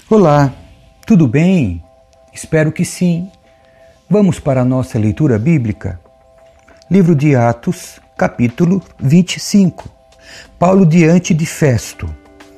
Olá, tudo bem? Espero que sim. Vamos para a nossa leitura bíblica? Livro de Atos, capítulo 25. Paulo diante de Festo.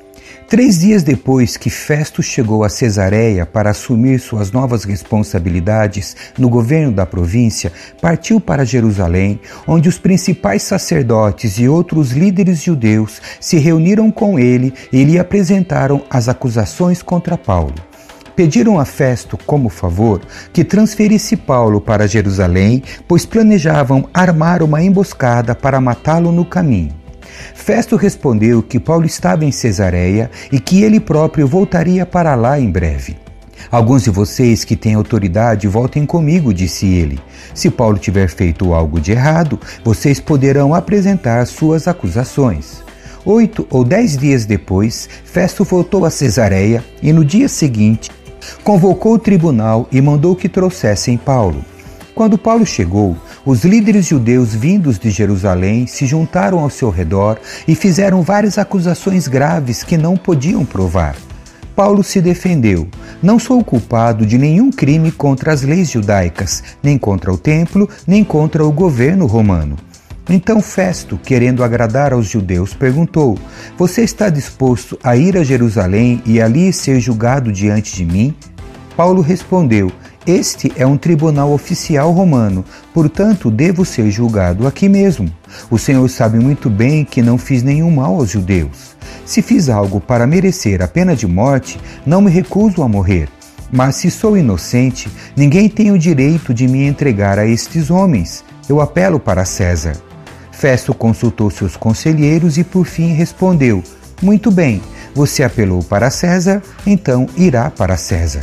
3 dias depois que Festo chegou a Cesareia para assumir suas novas responsabilidades no governo da província, partiu para Jerusalém, onde os principais sacerdotes e outros líderes judeus se reuniram com ele e lhe apresentaram as acusações contra Paulo. Pediram a Festo, como favor, que transferisse Paulo para Jerusalém, pois planejavam armar uma emboscada para matá-lo no caminho. Festo respondeu que Paulo estava em Cesareia e que ele próprio voltaria para lá em breve. Alguns de vocês que têm autoridade voltem comigo, disse ele. Se Paulo tiver feito algo de errado, vocês poderão apresentar suas acusações. 8 ou 10 dias depois, Festo voltou a Cesareia e no dia seguinte convocou o tribunal e mandou que trouxessem Paulo. Quando Paulo chegou, os líderes judeus vindos de Jerusalém se juntaram ao seu redor e fizeram várias acusações graves que não podiam provar. Paulo se defendeu: não sou culpado de nenhum crime contra as leis judaicas, nem contra o templo, nem contra o governo romano. Então Festo, querendo agradar aos judeus, perguntou: você está disposto a ir a Jerusalém e ali ser julgado diante de mim? Paulo respondeu: este é um tribunal oficial romano, portanto devo ser julgado aqui mesmo. O Senhor sabe muito bem que não fiz nenhum mal aos judeus. Se fiz algo para merecer a pena de morte, não me recuso a morrer. Mas se sou inocente, ninguém tem o direito de me entregar a estes homens. Eu apelo para César. Festo consultou seus conselheiros e por fim respondeu: muito bem, você apelou para César, então irá para César.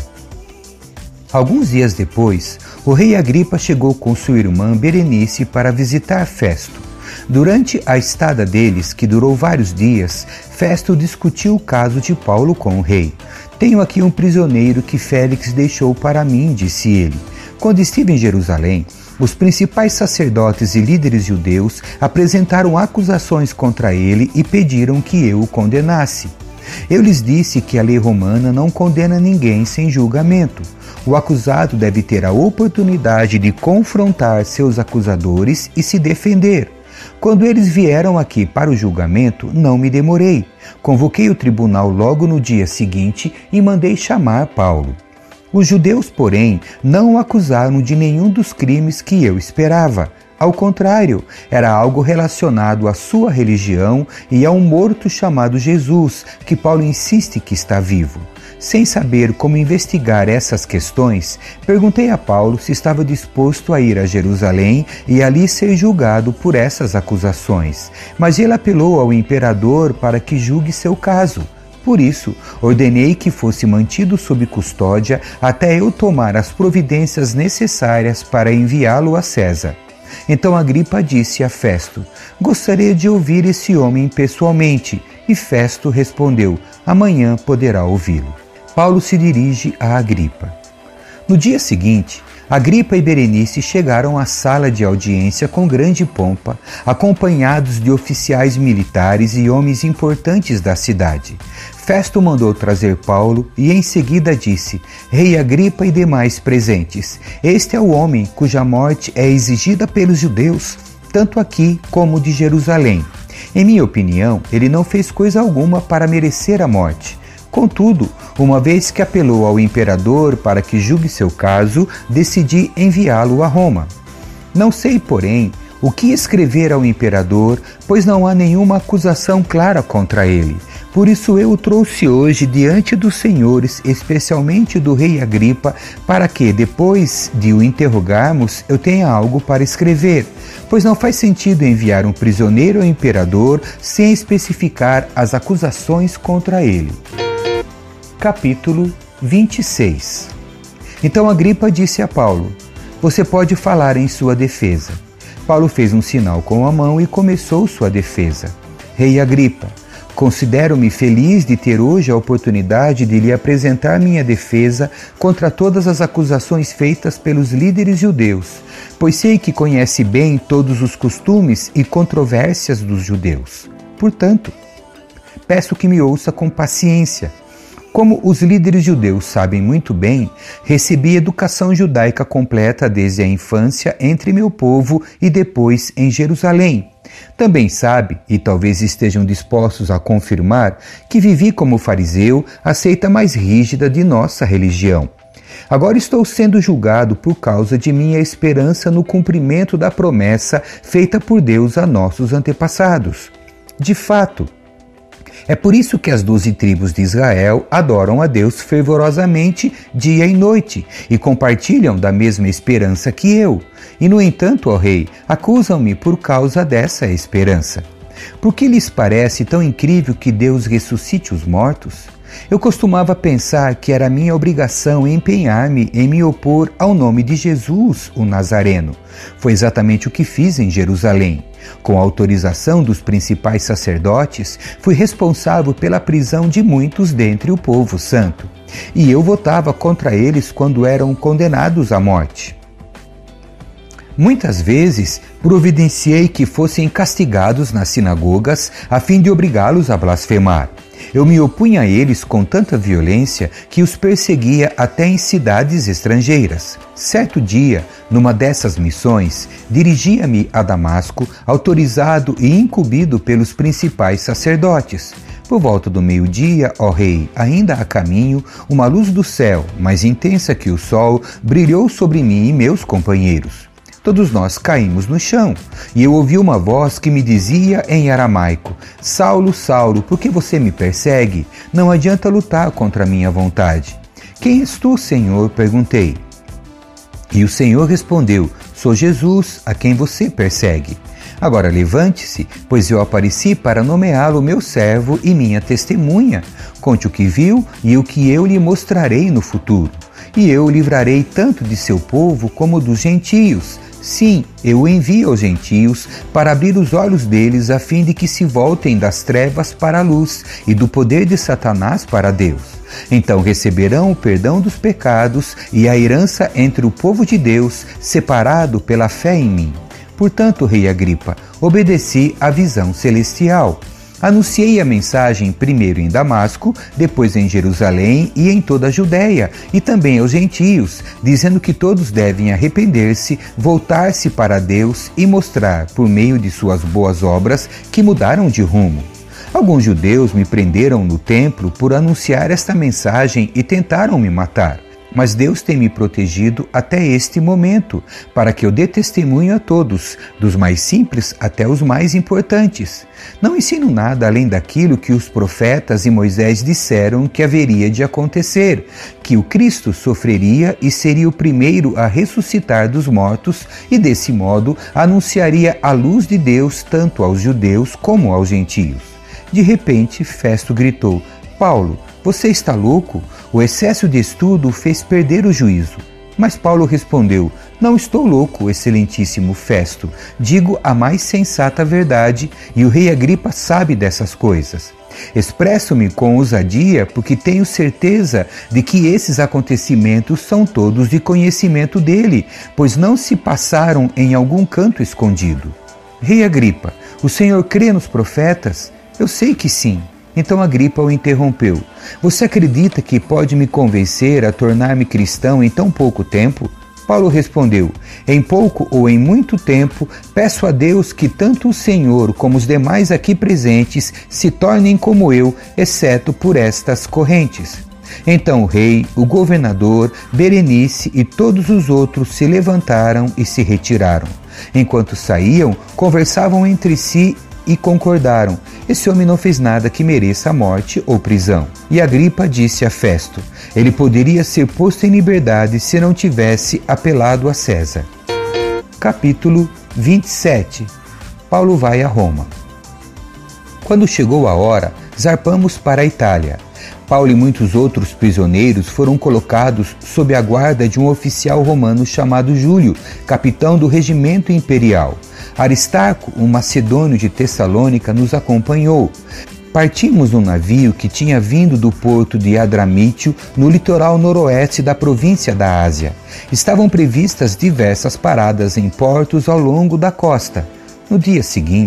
Alguns dias depois, o rei Agripa chegou com sua irmã Berenice para visitar Festo. Durante a estada deles, que durou vários dias, Festo discutiu o caso de Paulo com o rei. Tenho aqui um prisioneiro que Félix deixou para mim, disse ele. Quando estive em Jerusalém, os principais sacerdotes e líderes judeus apresentaram acusações contra ele e pediram que eu o condenasse. Eu lhes disse que a lei romana não condena ninguém sem julgamento. O acusado deve ter a oportunidade de confrontar seus acusadores e se defender. Quando eles vieram aqui para o julgamento, não me demorei. Convoquei o tribunal logo no dia seguinte e mandei chamar Paulo. Os judeus, porém, não o acusaram de nenhum dos crimes que eu esperava. Ao contrário, era algo relacionado à sua religião e a um morto chamado Jesus, que Paulo insiste que está vivo. Sem saber como investigar essas questões, perguntei a Paulo se estava disposto a ir a Jerusalém e ali ser julgado por essas acusações. Mas ele apelou ao imperador para que julgue seu caso. Por isso, ordenei que fosse mantido sob custódia até eu tomar as providências necessárias para enviá-lo a César. Então Agripa disse a Festo: gostaria de ouvir esse homem pessoalmente. E Festo respondeu: amanhã poderá ouvi-lo. Paulo se dirige a Agripa. No dia seguinte, Agripa e Berenice chegaram à sala de audiência com grande pompa, acompanhados de oficiais militares e homens importantes da cidade. Festo mandou trazer Paulo e em seguida disse: Rei Agripa e demais presentes, este é o homem cuja morte é exigida pelos judeus, tanto aqui como de Jerusalém. Em minha opinião, ele não fez coisa alguma para merecer a morte. Contudo, uma vez que apelou ao imperador para que julgue seu caso, decidi enviá-lo a Roma. Não sei, porém, o que escrever ao imperador, pois não há nenhuma acusação clara contra ele. Por isso eu o trouxe hoje diante dos senhores, especialmente do rei Agripa, para que, depois de o interrogarmos, eu tenha algo para escrever, pois não faz sentido enviar um prisioneiro ao imperador sem especificar as acusações contra ele. Capítulo 26. Então Agripa disse a Paulo: você pode falar em sua defesa. Paulo fez um sinal com a mão e começou sua defesa. Rei Agripa, considero-me feliz de ter hoje a oportunidade de lhe apresentar minha defesa contra todas as acusações feitas pelos líderes judeus, pois sei que conhece bem todos os costumes e controvérsias dos judeus. Portanto, peço que me ouça com paciência. Como os líderes judeus sabem muito bem, recebi educação judaica completa desde a infância entre meu povo e depois em Jerusalém. Também sabe, e talvez estejam dispostos a confirmar, que vivi como fariseu, a seita mais rígida de nossa religião. Agora estou sendo julgado por causa de minha esperança no cumprimento da promessa feita por Deus a nossos antepassados. De fato, é por isso que as 12 tribos de Israel adoram a Deus fervorosamente dia e noite e compartilham da mesma esperança que eu. E, no entanto, ó rei, acusam-me por causa dessa esperança. Por que lhes parece tão incrível que Deus ressuscite os mortos? Eu costumava pensar que era minha obrigação empenhar-me em me opor ao nome de Jesus, o Nazareno. Foi exatamente o que fiz em Jerusalém. Com a autorização dos principais sacerdotes, fui responsável pela prisão de muitos dentre o povo santo. E eu votava contra eles quando eram condenados à morte. Muitas vezes providenciei que fossem castigados nas sinagogas a fim de obrigá-los a blasfemar. Eu me opunha a eles com tanta violência que os perseguia até em cidades estrangeiras. Certo dia, numa dessas missões, dirigia-me a Damasco, autorizado e incumbido pelos principais sacerdotes. Por volta do meio-dia, ó rei, ainda a caminho, uma luz do céu, mais intensa que o sol, brilhou sobre mim e meus companheiros. Todos nós caímos no chão, e eu ouvi uma voz que me dizia em aramaico: Saulo, Saulo, por que você me persegue? Não adianta lutar contra a minha vontade. Quem és tu, Senhor? Perguntei. E o Senhor respondeu: Sou Jesus, a quem você persegue. Agora levante-se, pois eu apareci para nomeá-lo meu servo e minha testemunha. Conte o que viu e o que eu lhe mostrarei no futuro. E eu o livrarei tanto de seu povo como dos gentios. Sim, eu o envio aos gentios para abrir os olhos deles a fim de que se voltem das trevas para a luz e do poder de Satanás para Deus. Então receberão o perdão dos pecados e a herança entre o povo de Deus, separado pela fé em mim. Portanto, rei Agripa, obedeci à visão celestial. Anunciei a mensagem primeiro em Damasco, depois em Jerusalém e em toda a Judéia, e também aos gentios, dizendo que todos devem arrepender-se, voltar-se para Deus e mostrar, por meio de suas boas obras, que mudaram de rumo. Alguns judeus me prenderam no templo por anunciar esta mensagem e tentaram me matar. Mas Deus tem me protegido até este momento, para que eu dê testemunho a todos, dos mais simples até os mais importantes. Não ensino nada além daquilo que os profetas e Moisés disseram que haveria de acontecer, que o Cristo sofreria e seria o primeiro a ressuscitar dos mortos e, desse modo, anunciaria a luz de Deus tanto aos judeus como aos gentios. De repente, Festo gritou: Paulo, você está louco? O excesso de estudo o fez perder o juízo. Mas Paulo respondeu: Não estou louco, excelentíssimo Festo. Digo a mais sensata verdade, e o rei Agripa sabe dessas coisas. Expresso-me com ousadia porque tenho certeza de que esses acontecimentos são todos de conhecimento dele, pois não se passaram em algum canto escondido. Rei Agripa, o senhor crê nos profetas? Eu sei que sim. Então Agripa o interrompeu: Você acredita que pode me convencer a tornar-me cristão em tão pouco tempo? Paulo respondeu: Em pouco ou em muito tempo, peço a Deus que tanto o Senhor como os demais aqui presentes se tornem como eu, exceto por estas correntes. Então o rei, o governador, Berenice e todos os outros se levantaram e se retiraram. Enquanto saíam, conversavam entre si e concordaram: esse homem não fez nada que mereça a morte ou prisão. E Agripa disse a Festo: ele poderia ser posto em liberdade se não tivesse apelado a César. Capítulo 27. Paulo vai a Roma. Quando chegou a hora, zarpamos para a Itália. Paulo e muitos outros prisioneiros foram colocados sob a guarda de um oficial romano chamado Júlio, capitão do regimento imperial. Aristarco, um macedônio de Tessalônica, nos acompanhou. Partimos num navio que tinha vindo do porto de Adramítio, no litoral noroeste da província da Ásia. Estavam previstas diversas paradas em portos ao longo da costa. No dia seguinte,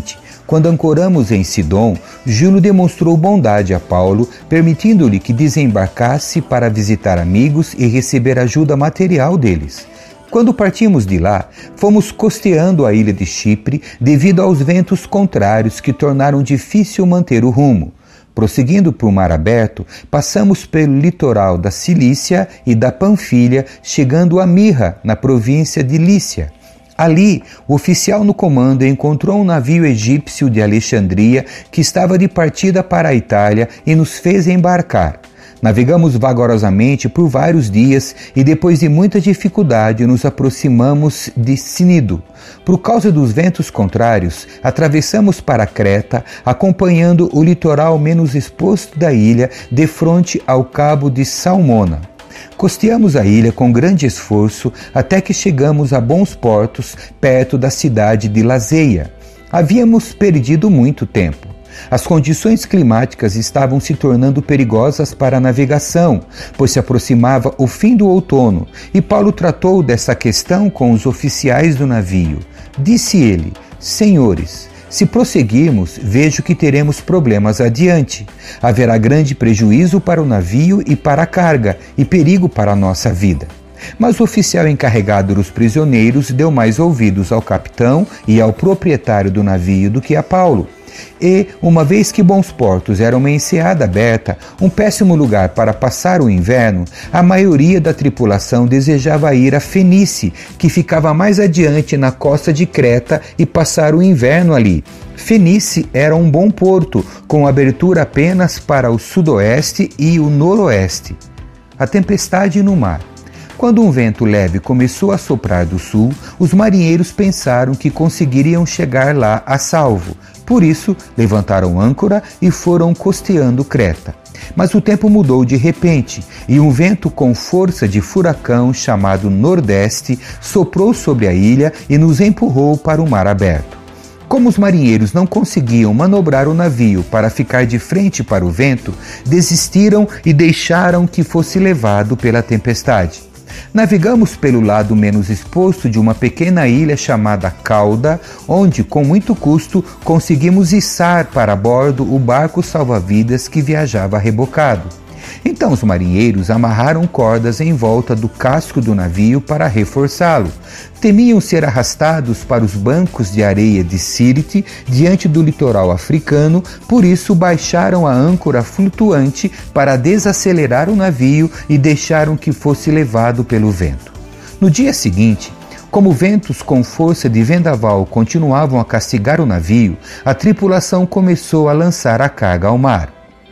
quando ancoramos em Sidom, Júlio demonstrou bondade a Paulo, permitindo-lhe que desembarcasse para visitar amigos e receber ajuda material deles. Quando partimos de lá, fomos costeando a ilha de Chipre devido aos ventos contrários que tornaram difícil manter o rumo. Prosseguindo por mar aberto, passamos pelo litoral da Cilícia e da Panfilha, chegando a Mirra, na província de Lícia. Ali, o oficial no comando encontrou um navio egípcio de Alexandria que estava de partida para a Itália e nos fez embarcar. Navegamos vagarosamente por vários dias e depois de muita dificuldade nos aproximamos de Cnido. Por causa dos ventos contrários, atravessamos para Creta, acompanhando o litoral menos exposto da ilha, de frente ao cabo de Salmona. Costeamos a ilha com grande esforço até que chegamos a bons portos, perto da cidade de Lazeia. Havíamos perdido muito tempo. As condições climáticas estavam se tornando perigosas para a navegação, pois se aproximava o fim do outono, e Paulo tratou dessa questão com os oficiais do navio. Disse ele: Senhores, se prosseguirmos, vejo que teremos problemas adiante. Haverá grande prejuízo para o navio e para a carga, e perigo para a nossa vida. Mas o oficial encarregado dos prisioneiros deu mais ouvidos ao capitão e ao proprietário do navio do que a Paulo. E, uma vez que bons portos eram uma enseada aberta, um péssimo lugar para passar o inverno, a maioria da tripulação desejava ir a Fenice, que ficava mais adiante na costa de Creta, e passar o inverno ali. Fenice era um bom porto, com abertura apenas para o sudoeste e o noroeste. A tempestade no mar. Quando um vento leve começou a soprar do sul, os marinheiros pensaram que conseguiriam chegar lá a salvo. Por isso, levantaram âncora e foram costeando Creta. Mas o tempo mudou de repente, e um vento com força de furacão chamado Nordeste soprou sobre a ilha e nos empurrou para o mar aberto. Como os marinheiros não conseguiam manobrar o navio para ficar de frente para o vento, desistiram e deixaram que fosse levado pela tempestade. Navegamos pelo lado menos exposto de uma pequena ilha chamada Cauda, onde, com muito custo, conseguimos içar para bordo o barco salva-vidas que viajava rebocado. Então os marinheiros amarraram cordas em volta do casco do navio para reforçá-lo. Temiam ser arrastados para os bancos de areia de Sírte, diante do litoral africano, por isso baixaram a âncora flutuante para desacelerar o navio e deixaram que fosse levado pelo vento. No dia seguinte, como ventos com força de vendaval continuavam a castigar o navio, a tripulação começou a lançar a carga ao mar.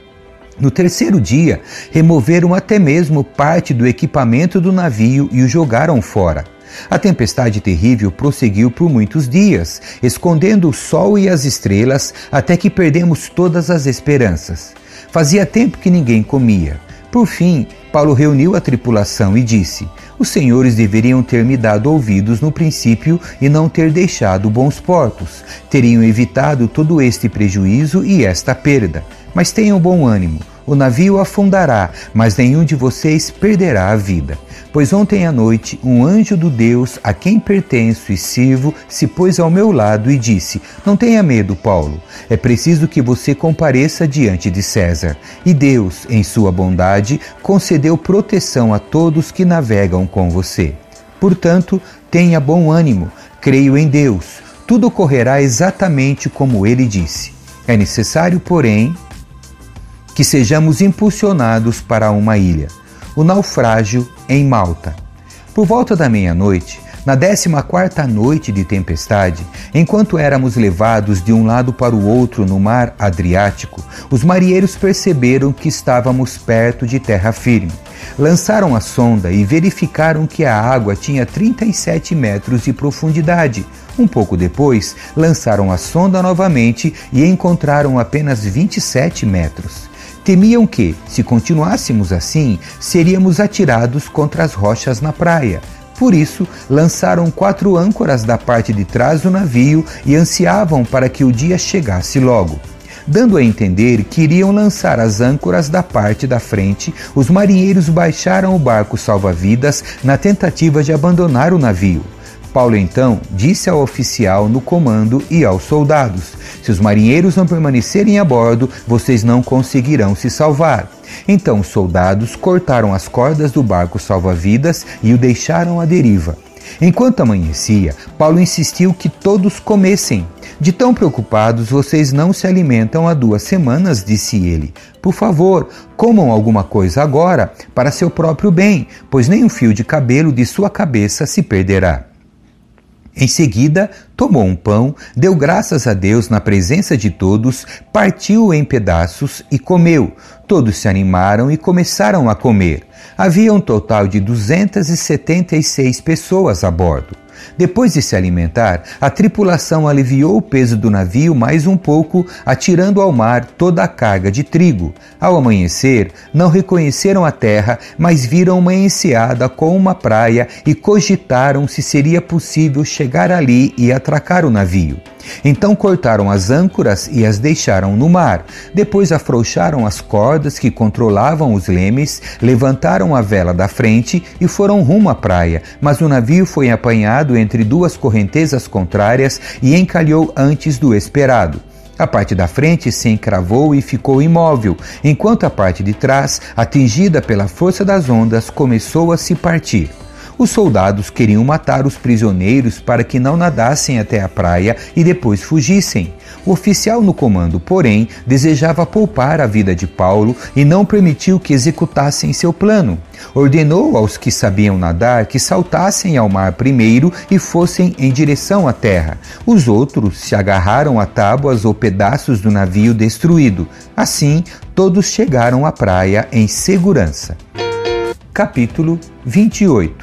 No terceiro dia, removeram até mesmo parte do equipamento do navio e o jogaram fora. A tempestade terrível prosseguiu por muitos dias, escondendo o sol e as estrelas, até que perdemos todas as esperanças. Fazia tempo que ninguém comia. Por fim, Paulo reuniu a tripulação e disse: Os senhores deveriam ter me dado ouvidos no princípio e não ter deixado bons portos. Teriam evitado todo este prejuízo e esta perda. Mas tenham bom ânimo, o navio afundará, mas nenhum de vocês perderá a vida. Pois ontem à noite um anjo do Deus a quem pertenço e sirvo se pôs ao meu lado e disse: Não tenha medo, Paulo, é preciso que você compareça diante de César. E Deus, em sua bondade, concedeu proteção a todos que navegam com você. Portanto, tenha bom ânimo, creio em Deus, tudo ocorrerá exatamente como ele disse. É necessário, porém, que sejamos impulsionados para uma ilha, o naufrágio em Malta. Por volta da meia-noite, na 14ª noite de tempestade, enquanto éramos levados de um lado para o outro no mar Adriático, os marinheiros perceberam que estávamos perto de terra firme. Lançaram a sonda e verificaram que a água tinha 37 metros de profundidade. Um pouco depois, lançaram a sonda novamente e encontraram apenas 27 metros. Temiam que, se continuássemos assim, seríamos atirados contra as rochas na praia. Por isso, lançaram 4 âncoras da parte de trás do navio e ansiavam para que o dia chegasse logo. Dando a entender que iriam lançar as âncoras da parte da frente, os marinheiros baixaram o barco salva-vidas na tentativa de abandonar o navio. Paulo então disse ao oficial no comando e aos soldados: se os marinheiros não permanecerem a bordo, vocês não conseguirão se salvar. Então os soldados cortaram as cordas do barco salva-vidas e o deixaram à deriva. Enquanto amanhecia, Paulo insistiu que todos comessem. De tão preocupados, vocês não se alimentam há 2 semanas, disse ele. Por favor, comam alguma coisa agora para seu próprio bem, pois nem um fio de cabelo de sua cabeça se perderá. Em seguida, tomou um pão, deu graças a Deus na presença de todos, partiu-o em pedaços e comeu. Todos se animaram e começaram a comer. Havia um total de 276 pessoas a bordo. Depois de se alimentar, a tripulação aliviou o peso do navio mais um pouco, atirando ao mar toda a carga de trigo. Ao amanhecer, não reconheceram a terra, mas viram uma enseada com uma praia e cogitaram se seria possível chegar ali e atracar o navio. Então cortaram as âncoras e as deixaram no mar. Depois afrouxaram as cordas que controlavam os lemes, levantaram a vela da frente e foram rumo à praia. Mas o navio foi apanhado entre 2 correntezas contrárias e encalhou antes do esperado. A parte da frente se encravou e ficou imóvel, enquanto a parte de trás, atingida pela força das ondas, começou a se partir. Os soldados queriam matar os prisioneiros para que não nadassem até a praia e depois fugissem. O oficial no comando, porém, desejava poupar a vida de Paulo e não permitiu que executassem seu plano. Ordenou aos que sabiam nadar que saltassem ao mar primeiro e fossem em direção à terra. Os outros se agarraram a tábuas ou pedaços do navio destruído. Assim, todos chegaram à praia em segurança. Capítulo 28.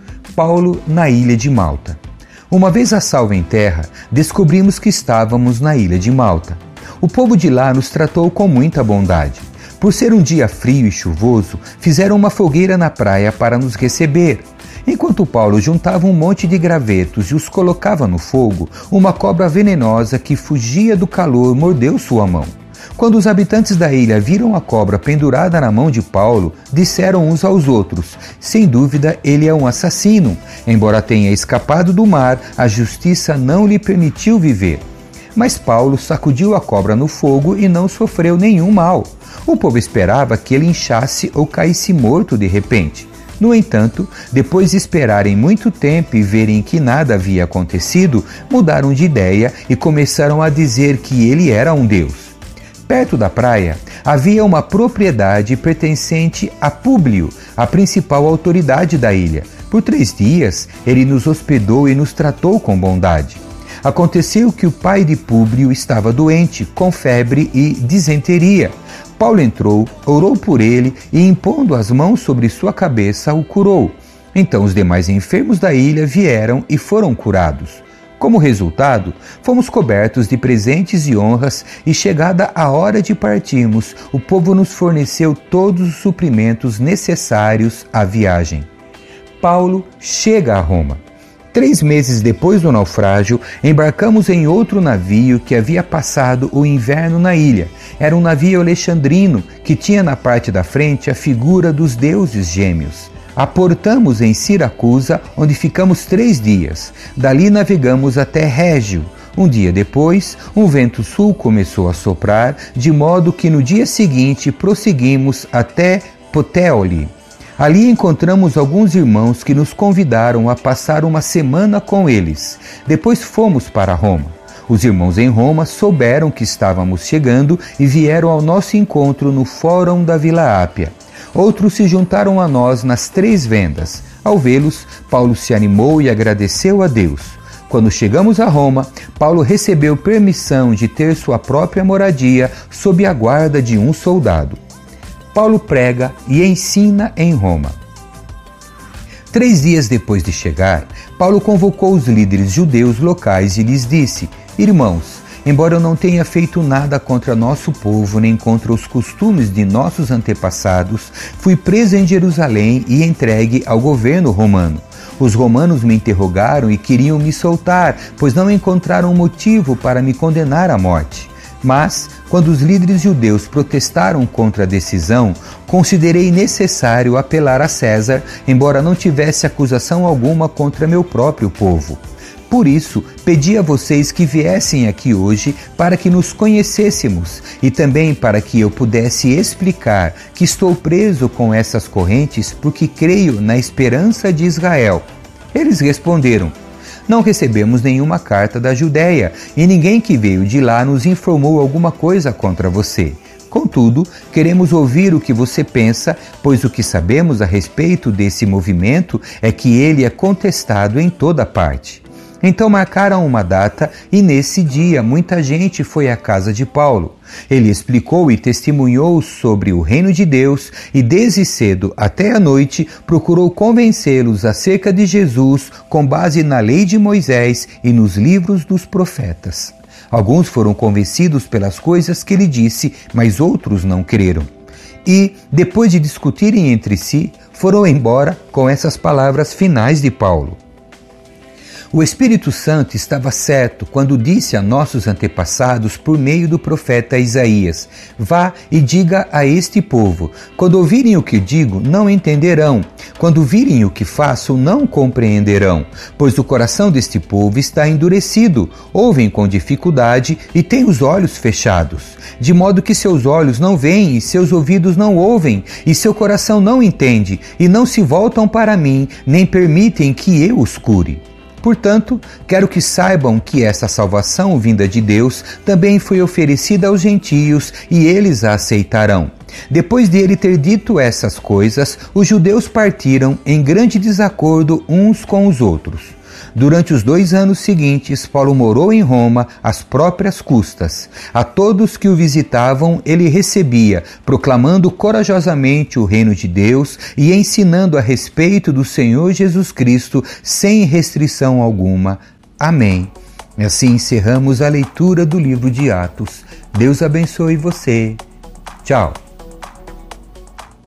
Paulo na ilha de Malta. Uma vez a salvo em terra, descobrimos que estávamos na ilha de Malta. O povo de lá nos tratou com muita bondade. Por ser um dia frio e chuvoso, fizeram uma fogueira na praia para nos receber. Enquanto Paulo juntava um monte de gravetos e os colocava no fogo, uma cobra venenosa que fugia do calor mordeu sua mão. Quando os habitantes da ilha viram a cobra pendurada na mão de Paulo, disseram uns aos outros: sem dúvida ele é um assassino. Embora tenha escapado do mar, a justiça não lhe permitiu viver. Mas Paulo sacudiu a cobra no fogo e não sofreu nenhum mal. O povo esperava que ele inchasse ou caísse morto de repente. No entanto, depois de esperarem muito tempo e verem que nada havia acontecido, mudaram de ideia e começaram a dizer que ele era um deus. Perto da praia, havia uma propriedade pertencente a Públio, a principal autoridade da ilha. Por 3 dias, ele nos hospedou e nos tratou com bondade. Aconteceu que o pai de Públio estava doente, com febre e disenteria. Paulo entrou, orou por ele e, impondo as mãos sobre sua cabeça, o curou. Então os demais enfermos da ilha vieram e foram curados. Como resultado, fomos cobertos de presentes e honras e, chegada a hora de partirmos, o povo nos forneceu todos os suprimentos necessários à viagem. Paulo chega a Roma. 3 meses depois do naufrágio, embarcamos em outro navio que havia passado o inverno na ilha. Era um navio alexandrino que tinha na parte da frente a figura dos deuses gêmeos. Aportamos em Siracusa, onde ficamos 3 dias. Dali navegamos até Régio. Um dia depois, um vento sul começou a soprar, de modo que no dia seguinte prosseguimos até Puteoli. Ali encontramos alguns irmãos que nos convidaram a passar uma semana com eles. Depois fomos para Roma. Os irmãos em Roma souberam que estávamos chegando e vieram ao nosso encontro no Fórum da Vila Ápia. Outros se juntaram a nós nas 3 vendas. Ao vê-los, Paulo se animou e agradeceu a Deus. Quando chegamos a Roma, Paulo recebeu permissão de ter sua própria moradia sob a guarda de um soldado. Paulo prega e ensina em Roma. 3 dias depois de chegar, Paulo convocou os líderes judeus locais e lhes disse: irmãos, embora eu não tenha feito nada contra nosso povo nem contra os costumes de nossos antepassados, fui preso em Jerusalém e entregue ao governo romano. Os romanos me interrogaram e queriam me soltar, pois não encontraram motivo para me condenar à morte. Mas, quando os líderes judeus protestaram contra a decisão, considerei necessário apelar a César, embora não tivesse acusação alguma contra meu próprio povo. Por isso, pedi a vocês que viessem aqui hoje para que nos conhecêssemos e também para que eu pudesse explicar que estou preso com essas correntes porque creio na esperança de Israel. Eles responderam: não recebemos nenhuma carta da Judéia e ninguém que veio de lá nos informou alguma coisa contra você. Contudo, queremos ouvir o que você pensa, pois o que sabemos a respeito desse movimento é que ele é contestado em toda parte. Então marcaram uma data e nesse dia muita gente foi à casa de Paulo. Ele explicou e testemunhou sobre o reino de Deus e desde cedo até a noite procurou convencê-los acerca de Jesus com base na lei de Moisés e nos livros dos profetas. Alguns foram convencidos pelas coisas que ele disse, mas outros não creram. E, depois de discutirem entre si, foram embora com essas palavras finais de Paulo. O Espírito Santo estava certo quando disse a nossos antepassados por meio do profeta Isaías: vá e diga a este povo, quando ouvirem o que digo, não entenderão, quando virem o que faço, não compreenderão, pois o coração deste povo está endurecido, ouvem com dificuldade e têm os olhos fechados, de modo que seus olhos não veem e seus ouvidos não ouvem, e seu coração não entende, e não se voltam para mim, nem permitem que eu os cure. Portanto, quero que saibam que essa salvação vinda de Deus também foi oferecida aos gentios e eles a aceitarão. Depois de ele ter dito essas coisas, os judeus partiram em grande desacordo uns com os outros. Durante os 2 anos seguintes, Paulo morou em Roma às próprias custas. A todos que o visitavam, ele recebia, proclamando corajosamente o reino de Deus e ensinando a respeito do Senhor Jesus Cristo sem restrição alguma. Amém. Assim encerramos a leitura do livro de Atos. Deus abençoe você. Tchau.